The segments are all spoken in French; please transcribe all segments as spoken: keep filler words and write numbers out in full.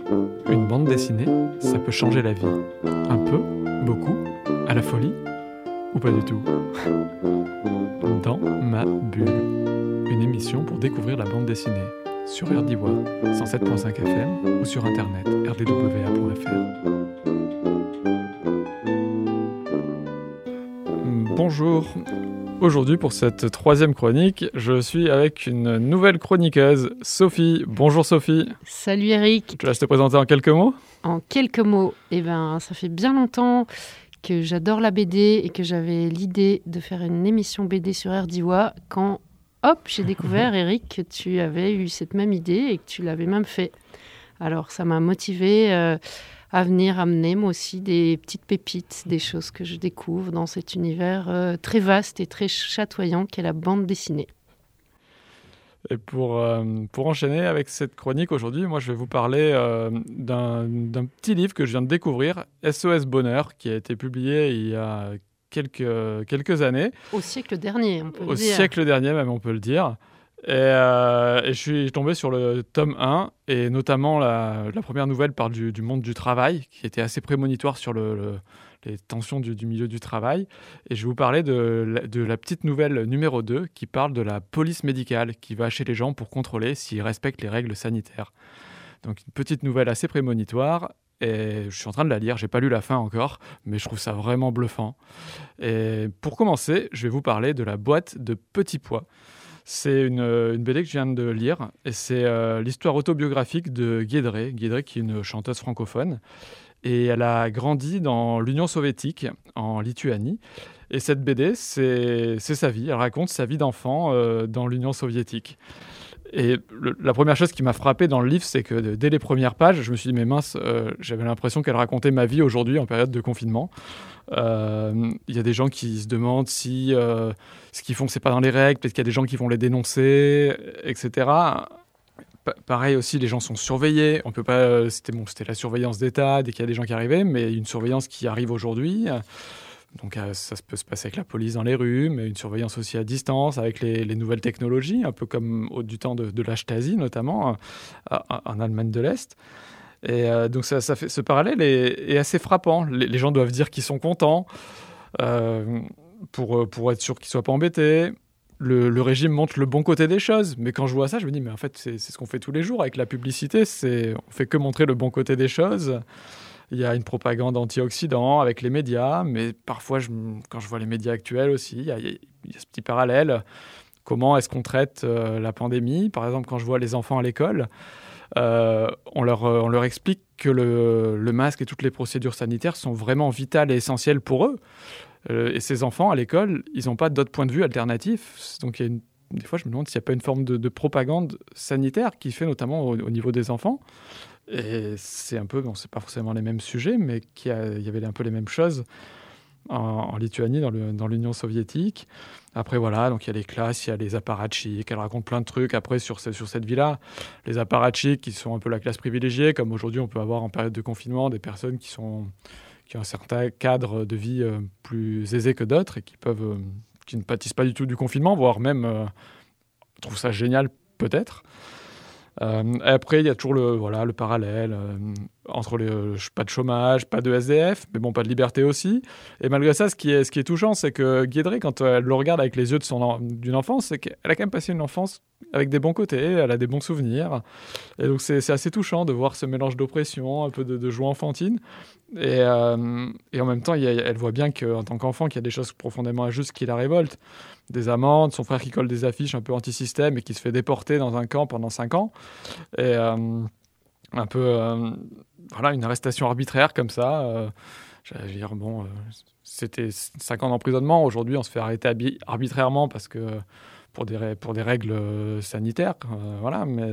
Une bande dessinée, ça peut changer la vie. Un peu, beaucoup, à la folie, ou pas du tout. Dans ma bulle, une émission pour découvrir la bande dessinée, sur R D W A, cent sept virgule cinq F M ou sur internet, r d w a point f r. Bonjour. Aujourd'hui, pour cette troisième chronique, je suis avec une nouvelle chroniqueuse, Sophie. Bonjour Sophie. Salut Eric. Je te laisse te présenter en quelques mots. En quelques mots, eh ben, ça fait bien longtemps que j'adore la B D et que j'avais l'idée de faire une émission B D sur R D W A quand, hop, j'ai découvert, Eric, que tu avais eu cette même idée et que tu l'avais même fait. Alors, ça m'a motivée euh, à venir amener, moi aussi, des petites pépites, des choses que je découvre dans cet univers euh, très vaste et très chatoyant qu'est la bande dessinée. Et pour, euh, pour enchaîner avec cette chronique aujourd'hui, moi je vais vous parler euh, d'un, d'un petit livre que je viens de découvrir, S O S Bonheur, qui a été publié il y a quelques, quelques années. Au siècle dernier, on peut Au le dire. Au siècle dernier même, on peut le dire. Et, euh, et je suis tombé sur le tome un, et notamment la, la première nouvelle parle du, du monde du travail, qui était assez prémonitoire sur le, le, les tensions du, du milieu du travail. Et je vais vous parler de la, de la petite nouvelle numéro deux, qui parle de la police médicale, qui va chez les gens pour contrôler s'ils respectent les règles sanitaires. Donc une petite nouvelle assez prémonitoire, et je suis en train de la lire, j'ai pas lu la fin encore, mais je trouve ça vraiment bluffant. Et pour commencer, je vais vous parler de la boîte de petits pois. C'est une, une B D que je viens de lire, et c'est euh, l'histoire autobiographique de Guédré, Guédré qui est une chanteuse francophone, et elle a grandi dans l'Union soviétique, en Lituanie, et cette B D, c'est, c'est sa vie, elle raconte sa vie d'enfant euh, dans l'Union soviétique. Et le, la première chose qui m'a frappé dans le livre, c'est que de, dès les premières pages, je me suis dit, mais mince, euh, j'avais l'impression qu'elle racontait ma vie aujourd'hui en période de confinement. Il euh, y a des gens qui se demandent si euh, ce qu'ils font, c'est pas dans les règles, peut-être qu'il y a des gens qui vont les dénoncer, et cetera. Pa- pareil aussi, les gens sont surveillés. On peut pas, euh, c'était, bon, c'était la surveillance d'État dès qu'il y a des gens qui arrivaient, mais une surveillance qui arrive aujourd'hui. Donc euh, ça peut se passer avec la police dans les rues, mais une surveillance aussi à distance, avec les, les nouvelles technologies, un peu comme au, du temps de, de la Stasi notamment, euh, en Allemagne de l'Est. Et euh, donc ça, ça fait, ce parallèle est, est assez frappant. Les, les gens doivent dire qu'ils sont contents euh, pour, pour être sûr qu'ils ne soient pas embêtés. Le, le régime montre le bon côté des choses. Mais quand je vois ça, je me dis, mais en fait, c'est, c'est ce qu'on fait tous les jours avec la publicité. C'est, on ne fait que montrer le bon côté des choses. Il y a une propagande anti-Occident avec les médias, mais parfois, je, quand je vois les médias actuels aussi, il y a, il y a ce petit parallèle. Comment est-ce qu'on traite euh, la pandémie ? Par exemple, quand je vois les enfants à l'école, Euh, on, leur, on leur explique que le, le masque et toutes les procédures sanitaires sont vraiment vitales et essentielles pour eux. Euh, et ces enfants, à l'école, ils n'ont pas d'autres points de vue alternatifs. Donc, il y a une, des fois, je me demande s'il n'y a pas une forme de, de propagande sanitaire qui fait notamment au, au niveau des enfants. Et c'est un peu, bon, c'est pas forcément les mêmes sujets, mais qu'il y, y avait un peu les mêmes choses en, en Lituanie, dans, le, dans l'Union soviétique. Après, voilà, donc il y a les classes, il y a les apparatchiks, elle raconte plein de trucs après sur, ce, sur cette vie-là. Les apparatchiks qui sont un peu la classe privilégiée, comme aujourd'hui on peut avoir en période de confinement des personnes qui, sont, qui ont un certain cadre de vie euh, plus aisé que d'autres et qui, peuvent, euh, qui ne pâtissent pas du tout du confinement, voire même euh, trouvent ça génial peut-être. Euh, après, il y a toujours le, voilà, le parallèle euh, entre les, euh, pas de chômage, pas de S D F, mais bon, pas de liberté aussi. Et malgré ça, ce qui est, ce qui est touchant, c'est que Guédré, quand elle le regarde avec les yeux de son, d'une enfance, c'est qu'elle a quand même passé une enfance avec des bons côtés, elle a des bons souvenirs. Et donc, c'est, c'est assez touchant de voir ce mélange d'oppression, un peu de, de joie enfantine. Et, euh, et en même temps, il y a, elle voit bien qu'en tant qu'enfant, qu'il y a des choses profondément injustes qui la révoltent. Des amendes, son frère qui colle des affiches un peu anti-système et qui se fait déporter dans un camp pendant cinq ans. Et euh, un peu, euh, voilà, une arrestation arbitraire comme ça. Euh, je veux dire, bon, euh, c'était cinq ans d'emprisonnement. Aujourd'hui, on se fait arrêter abi- arbitrairement parce que, pour, des, pour des règles sanitaires. Euh, voilà, mais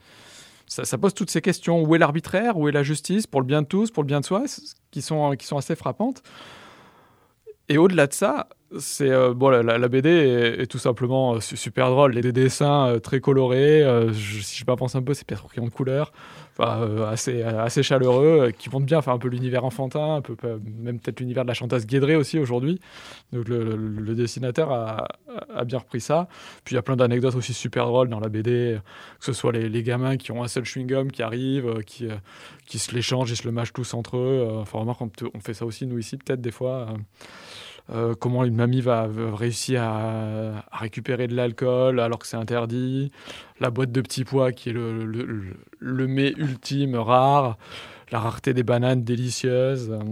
ça, ça pose toutes ces questions. Où est l'arbitraire ? Où est la justice ? Pour le bien de tous, pour le bien de soi, qui sont, qui sont assez frappantes. Et au-delà de ça, c'est euh, bon, la, la B D est, est tout simplement euh, su- super drôle. Les, des dessins euh, très colorés. Euh, je- si je m'avance un peu, c'est peut-être crayons de couleur. Enfin, euh, assez, assez chaleureux, euh, qui montrent bien, enfin un peu l'univers enfantin, un peu euh, même peut-être l'univers de la chanteuse Guédré aussi aujourd'hui. Donc le, le- le dessinateur a, a bien repris ça. Puis il y a plein d'anecdotes aussi super drôles dans la B D, que ce soit les, les gamins qui ont un seul chewing-gum qui arrivent, euh, qui, euh, qui se l'échangent, ils se le mâchent tous entre eux. Euh, Enfin, remarque, on, peut- on fait ça aussi nous ici peut-être des fois. euh, euh, comment une mamie va, va réussir à, à récupérer de l'alcool alors que c'est interdit, la boîte de petits pois qui est le, le, le, le mets ultime rare, la rareté des bananes délicieuses. euh,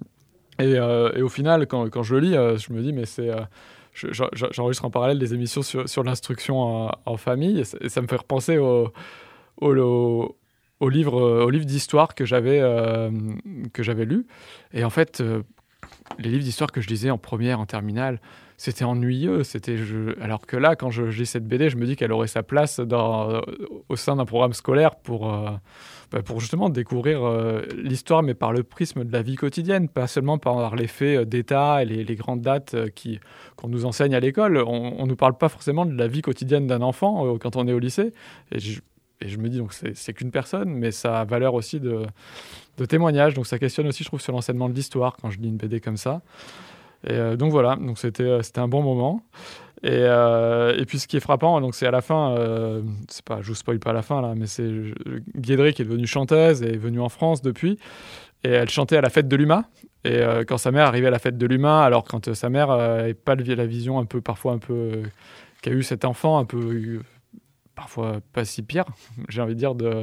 Et, euh, et au final, quand, quand je le lis, euh, je me dis, mais c'est. euh, je- je- j'enregistre en parallèle des émissions sur, sur l'instruction en, en famille, et ça, et ça me fait repenser au, au, au, au livre, au livre d'histoire que j'avais euh, que j'avais lu. Et en fait, euh, les livres d'histoire que je lisais en première, en terminale, c'était ennuyeux. C'était je... Alors que là, quand je, je lis cette B D, je me dis qu'elle aurait sa place dans, au sein d'un programme scolaire pour, euh, bah, pour justement découvrir euh, l'histoire, mais par le prisme de la vie quotidienne, pas seulement par les faits d'État et les, les grandes dates euh, qui, qu'on nous enseigne à l'école. On ne nous parle pas forcément de la vie quotidienne d'un enfant euh, quand on est au lycée. Et je, et je me dis, donc, c'est, c'est qu'une personne, mais ça a valeur aussi de, de témoignage. Donc ça questionne aussi, je trouve, sur l'enseignement de l'histoire quand je lis une B D comme ça. Et euh, donc voilà, donc c'était, euh, c'était un bon moment. Et, euh, et puis ce qui est frappant, donc c'est à la fin, euh, c'est pas, je vous spoil pas la fin là, mais c'est Guédré qui est devenue chanteuse et est venue en France depuis. Et elle chantait à la fête de l'U M A. Et euh, quand sa mère arrivait à la fête de l'U M A, alors quand euh, sa mère n'avait pas le- la vision un peu, parfois un peu, euh, qu'a eu cet enfant, un peu, euh, parfois pas si pire, j'ai envie de dire, de,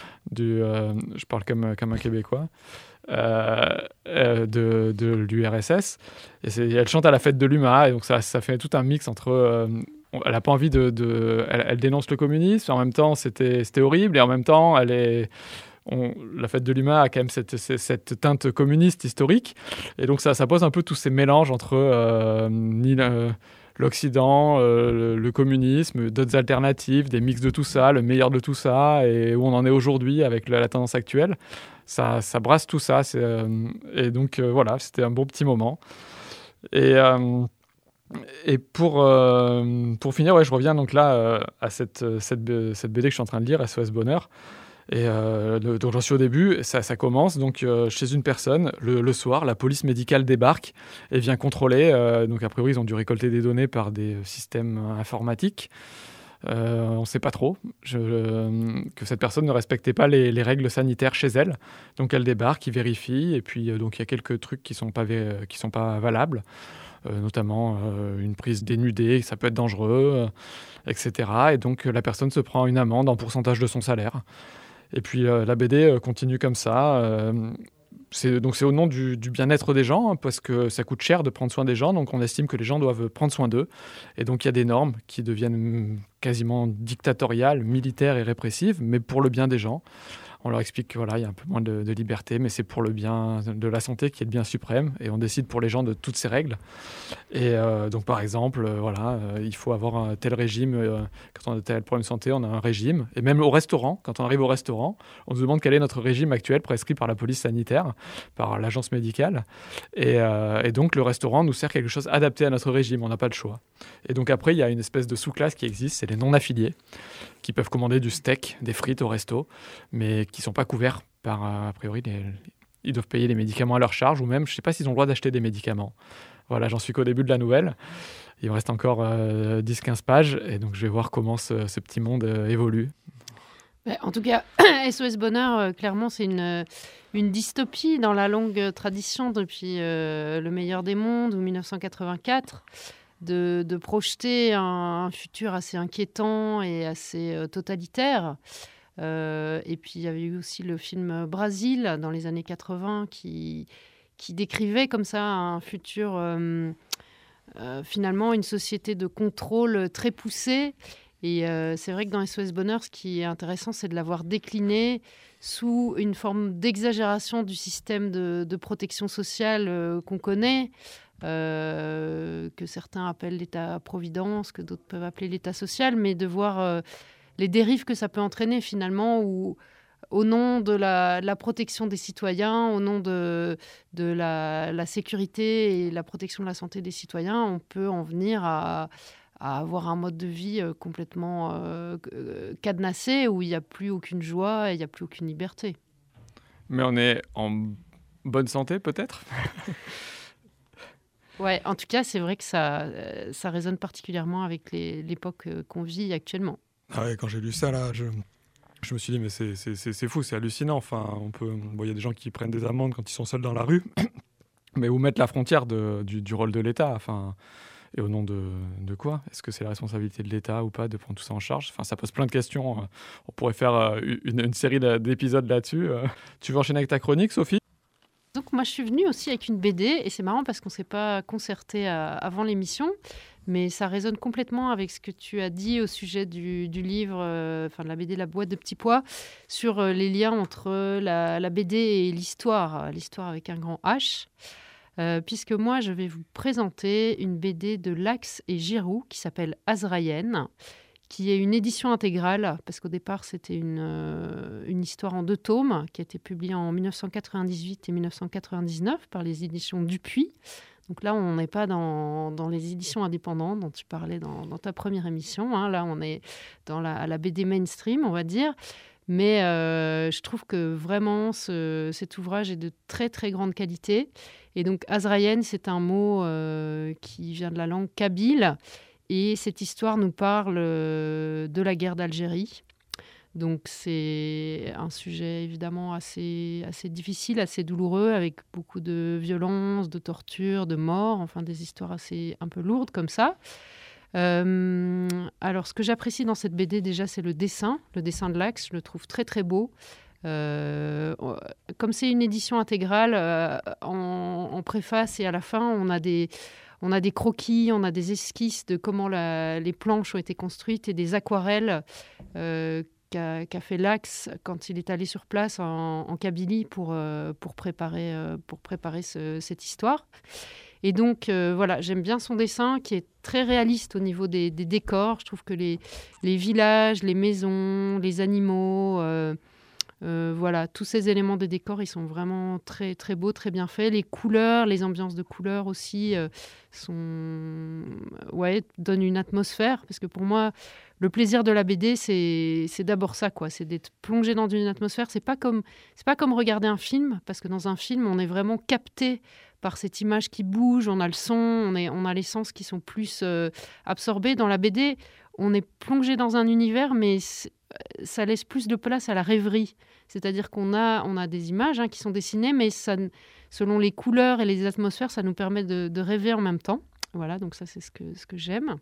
du, euh, je parle comme, comme un Québécois, euh, euh, de, de l'U R S S. Et c'est, elle chante à la fête de l'U M A, et donc ça, ça fait tout un mix entre... euh, on- elle n'a pas envie de... de elle, elle dénonce le communisme, en même temps c'était, c'était horrible, et en même temps elle est... On, la fête de l'U M A a quand même cette, cette, cette teinte communiste historique, et donc ça, ça pose un peu tous ces mélanges entre euh, ni le- l'Occident, euh, le, le communisme, d'autres alternatives, des mix de tout ça, le meilleur de tout ça, et où on en est aujourd'hui avec la, la tendance actuelle. Ça, ça brasse tout ça, c'est, euh, et donc euh, voilà, c'était un bon petit moment. Et, euh, et pour, euh, pour finir, ouais, je reviens donc là euh, à cette, cette, cette B D que je suis en train de lire, S O S Bonheur. Et euh, le- donc j'en suis au début, ça, ça commence donc euh, chez une personne, le, le soir, la police médicale débarque et vient contrôler, euh, donc a priori ils ont dû récolter des données par des systèmes informatiques, euh, on ne sait pas trop, je, euh, que cette personne ne respectait pas les, les règles sanitaires chez elle, donc elle débarque, ils vérifient, et puis euh, donc il y a quelques trucs qui ne sont, pas vé- qui sont pas valables, euh, notamment euh, une prise dénudée, ça peut être dangereux, euh, et cetera. Et donc euh, la personne se prend une amende en pourcentage de son salaire. Et puis euh, la B D euh, continue comme ça. euh, c'est, donc c'est au nom du, du bien-être des gens, hein, parce que ça coûte cher de prendre soin des gens, donc on estime que les gens doivent prendre soin d'eux. Et donc il y a des normes qui deviennent mm, quasiment dictatoriales, militaires et répressives, mais pour le bien des gens. On leur explique que voilà, il y a un peu moins de, de liberté, mais c'est pour le bien de la santé qui est le bien suprême, et on décide pour les gens de toutes ces règles. Et euh, donc, par exemple, euh, voilà, euh, il faut avoir un tel régime. Euh, quand on a tel problème de santé, on a un régime. Et même au restaurant, quand on arrive au restaurant, on se demande quel est notre régime actuel prescrit par la police sanitaire, par l'agence médicale. Et, euh, et donc, le restaurant nous sert quelque chose adapté à notre régime. On n'a pas le choix. Et donc, après, il y a une espèce de sous-classe qui existe, c'est les non-affiliés, qui peuvent commander du steak, des frites au resto, mais qui ne sont pas couverts par, euh, a priori, les, ils doivent payer les médicaments à leur charge, ou même, je ne sais pas s'ils ont le droit d'acheter des médicaments. Voilà, j'en suis qu'au début de la nouvelle. Il me reste encore euh, dix quinze pages, et donc je vais voir comment ce, ce petit monde euh, évolue. Ouais, en tout cas, S O S Bonheur, euh, clairement, c'est une, une dystopie dans la longue tradition depuis euh, Le Meilleur des Mondes ou dix-neuf cent quatre-vingt-quatre, de, de projeter un, un futur assez inquiétant et assez euh, totalitaire. Euh, et puis, il y avait eu aussi le film Brasil dans les années quatre-vingts qui, qui décrivait comme ça un futur, euh, euh, finalement, une société de contrôle très poussée. Et euh, c'est vrai que dans S O S Bonheur, ce qui est intéressant, c'est de l'avoir décliné sous une forme d'exagération du système de, de protection sociale euh, qu'on connaît, euh, que certains appellent l'État-providence, que d'autres peuvent appeler l'État social, mais de voir euh, les dérives que ça peut entraîner finalement, où au nom de la, la protection des citoyens, au nom de, de la, la sécurité et la protection de la santé des citoyens, on peut en venir à, à avoir un mode de vie complètement euh, cadenassé, où il n'y a plus aucune joie et il n'y a plus aucune liberté. Mais on est en bonne santé, peut-être ? Ouais, en tout cas, c'est vrai que ça, ça résonne particulièrement avec les, l'époque qu'on vit actuellement. Ah ouais, quand j'ai lu ça, là, je, je me suis dit, mais c'est, c'est, c'est, c'est fou, c'est hallucinant. Enfin, on peut, bon, y a des gens qui prennent des amendes quand ils sont seuls dans la rue, mais où mettre la frontière de, du, du rôle de l'État, enfin, et au nom de, de quoi ? Est-ce que c'est la responsabilité de l'État ou pas de prendre tout ça en charge ? Enfin, ça pose plein de questions. On pourrait faire une, une série d'épisodes là-dessus. Tu veux enchaîner avec ta chronique, Sophie ? Donc moi, je suis venue aussi avec une B D, et c'est marrant parce qu'on ne s'est pas concerté à, avant l'émission, mais ça résonne complètement avec ce que tu as dit au sujet du, du livre, euh, enfin de la B D La boîte de petits pois, sur euh, les liens entre la, la B D et l'histoire, l'histoire avec un grand H. Euh, puisque moi, je vais vous présenter une B D de Lax et Giroux qui s'appelle Azraïenne, qui est une édition intégrale, parce qu'au départ, c'était une, euh, une histoire en deux tomes, qui a été publiée en dix-neuf cent quatre-vingt-dix-huit et dix-neuf cent quatre-vingt-dix-neuf par les éditions Dupuis. Donc là, on n'est pas dans, dans les éditions indépendantes dont tu parlais dans, dans ta première émission. Hein. Là, on est dans la, la B D mainstream, on va dire. Mais euh, je trouve que vraiment, ce, cet ouvrage est de très, très grande qualité. Et donc, Azraïenne, c'est un mot euh, qui vient de la langue kabyle. Et cette histoire nous parle de la guerre d'Algérie. Donc c'est un sujet évidemment assez, assez difficile, assez douloureux, avec beaucoup de violence, de torture, de mort, enfin des histoires assez un peu lourdes comme ça. Euh, alors ce que j'apprécie dans cette B D déjà, c'est le dessin. Le dessin de Lax, je le trouve très très beau. Euh, comme c'est une édition intégrale, euh, en, en préface et à la fin, on a des... On a des croquis, on a des esquisses de comment la, les planches ont été construites et des aquarelles euh, qu'a, qu'a fait Lax quand il est allé sur place en, en Kabylie pour, euh, pour préparer, euh, pour préparer ce, cette histoire. Et donc, euh, voilà, j'aime bien son dessin qui est très réaliste au niveau des, des décors. Je trouve que les, les villages, les maisons, les animaux... Euh, Euh, voilà, tous ces éléments des décors, ils sont vraiment très, très beaux, très bien faits. Les couleurs, les ambiances de couleurs aussi euh, sont... ouais, donnent une atmosphère. Parce que pour moi, le plaisir de la B D, c'est, c'est d'abord ça, quoi. C'est d'être plongé dans une atmosphère. C'est pas comme, c'est pas comme regarder un film, parce que dans un film, on est vraiment capté par cette image qui bouge, on a le son, on, est, on a les sens qui sont plus euh, absorbés. Dans la B D, on est plongé dans un univers, mais ça laisse plus de place à la rêverie. C'est-à-dire qu'on a, on a des images hein, qui sont dessinées, mais ça, selon les couleurs et les atmosphères, ça nous permet de, de rêver en même temps. Voilà, donc ça, c'est ce que, ce que j'aime.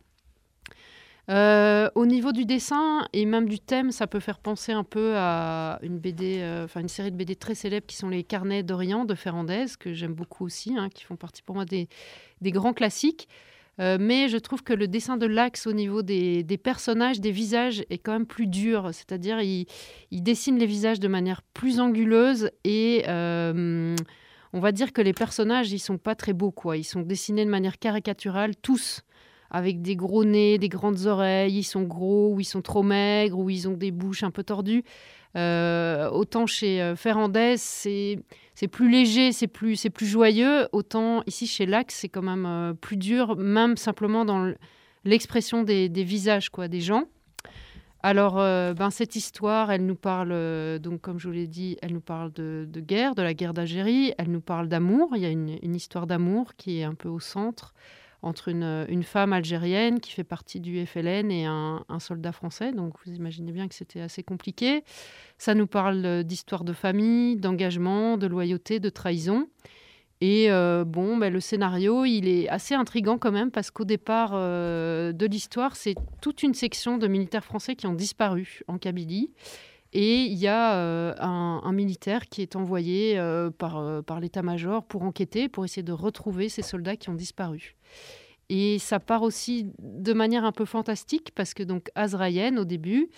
Euh, au niveau du dessin et même du thème, ça peut faire penser un peu à une B D, euh, enfin une série de B D très célèbres qui sont les Carnets d'Orient de Ferrandez, que j'aime beaucoup aussi, hein, qui font partie pour moi des, des grands classiques. Euh, mais je trouve que le dessin de Lax au niveau des, des personnages, des visages, est quand même plus dur. C'est-à-dire, il, il dessine les visages de manière plus anguleuse et euh, on va dire que les personnages, ils sont pas très beaux, quoi. Ils sont dessinés de manière caricaturale, tous, avec des gros nez, des grandes oreilles. Ils sont gros ou ils sont trop maigres ou ils ont des bouches un peu tordues. Euh, autant chez euh, Ferrandez, c'est, c'est plus léger, c'est plus, c'est plus joyeux. Autant ici, chez Lax, c'est quand même euh, plus dur, même simplement dans l'expression des, des visages quoi, des gens. Alors, euh, ben, cette histoire, elle nous parle, euh, donc, comme je vous l'ai dit, elle nous parle de, de guerre, de la guerre d'Algérie. Elle nous parle d'amour. Il y a une, une histoire d'amour qui est un peu au centre entre une, une femme algérienne qui fait partie du F L N et un, un soldat français. Donc, vous imaginez bien que c'était assez compliqué. Ça nous parle d'histoire de famille, d'engagement, de loyauté, de trahison. Et euh, bon, ben, le scénario, il est assez intriguant quand même parce qu'au départ euh, de l'histoire, c'est toute une section de militaires français qui ont disparu en Kabylie. Et il y a euh, un, un militaire qui est envoyé euh, par, euh, par l'état-major pour enquêter, pour essayer de retrouver ces soldats qui ont disparu. Et ça part aussi de manière un peu fantastique, parce que donc Azraïenne, au début,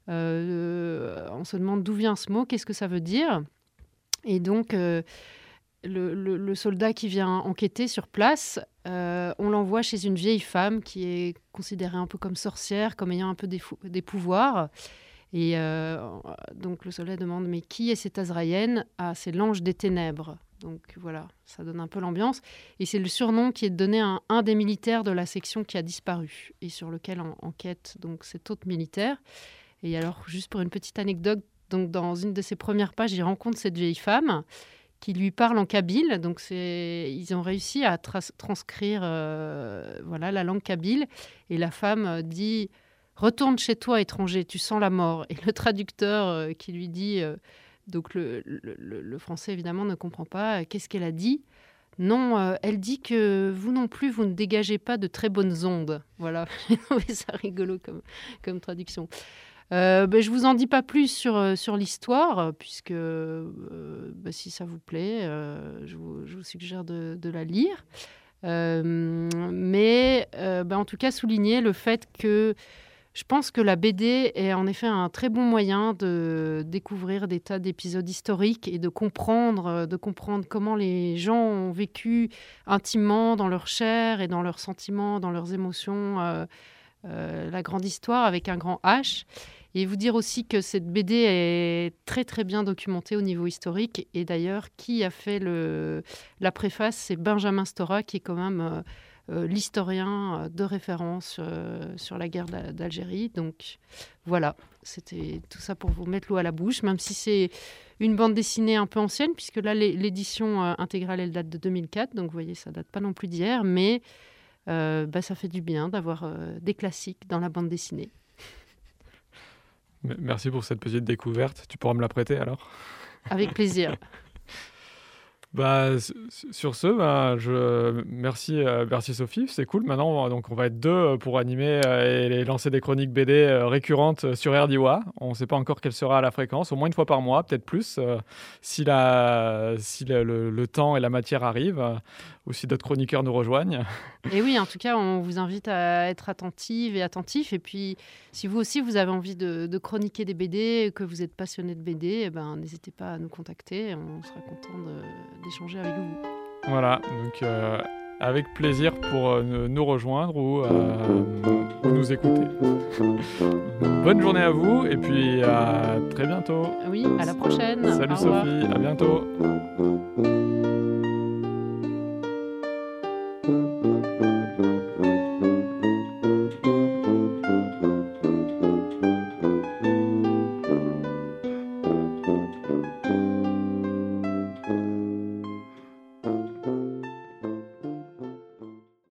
euh, on se demande d'où vient ce mot, qu'est-ce que ça veut dire. Et donc, euh, le, le, le soldat qui vient enquêter sur place, euh, on l'envoie chez une vieille femme qui est considérée un peu comme sorcière, comme ayant un peu des, fou- des pouvoirs. Et euh, donc le soleil demande, mais qui est cette Azraïenne ? Ah, c'est l'ange des ténèbres. Donc voilà, ça donne un peu l'ambiance. Et c'est le surnom qui est donné à un, un des militaires de la section qui a disparu et sur lequel en, enquête donc, cet autre militaire. Et alors, juste pour une petite anecdote, donc, dans une de ses premières pages, il rencontre cette vieille femme qui lui parle en kabyle. Donc c'est, ils ont réussi à tra- transcrire euh, voilà, la langue kabyle. Et la femme dit... Retourne chez toi, étranger, tu sens la mort. Et le traducteur euh, qui lui dit, euh, donc le, le, le français évidemment ne comprend pas, euh, qu'est-ce qu'elle a dit ? Non, euh, elle dit que vous non plus, vous ne dégagez pas de très bonnes ondes. Voilà, j'ai trouvé ça rigolo comme, comme traduction. Euh, ben, je ne vous en dis pas plus sur, sur l'histoire, puisque euh, ben, si ça vous plaît, euh, je, vous, je vous suggère de, de la lire. Euh, mais euh, ben, en tout cas, souligner le fait que je pense que la B D est en effet un très bon moyen de découvrir des tas d'épisodes historiques et de comprendre, de comprendre comment les gens ont vécu intimement dans leur chair et dans leurs sentiments, dans leurs émotions, euh, euh, la grande histoire avec un grand H. Et vous dire aussi que cette B D est très très bien documentée au niveau historique. Et d'ailleurs, qui a fait le, la préface, c'est Benjamin Stora, qui est quand même... Euh, Euh, l'historien de référence euh, sur la guerre d'Algérie. Donc voilà, c'était tout ça pour vous mettre l'eau à la bouche, même si c'est une bande dessinée un peu ancienne, puisque là, l'édition euh, intégrale, elle date de deux mille quatre, donc vous voyez, ça date pas non plus d'hier, mais euh, bah, ça fait du bien d'avoir euh, des classiques dans la bande dessinée. Merci pour cette petite découverte. Tu pourras me la prêter alors ? Avec plaisir. Bah, sur ce, bah, je... merci, euh, merci Sophie, c'est cool. Maintenant, on va, donc, on va être deux pour animer euh, et lancer des chroniques B D euh, récurrentes sur R D I W A. On ne sait pas encore quelle sera la fréquence, au moins une fois par mois, peut-être plus, euh, si, la... si le, le, le temps et la matière arrivent, euh, ou si d'autres chroniqueurs nous rejoignent. Et oui, en tout cas, on vous invite à être attentive et attentif. Et puis, si vous aussi, vous avez envie de, de chroniquer des B D, que vous êtes passionné de B D, eh ben, n'hésitez pas à nous contacter. On sera content de, d'échanger avec vous. Voilà, donc euh, avec plaisir pour euh, nous rejoindre ou, euh, ou nous écouter. Bonne journée à vous et puis à très bientôt. Oui, à la prochaine. Salut Sophie, à bientôt.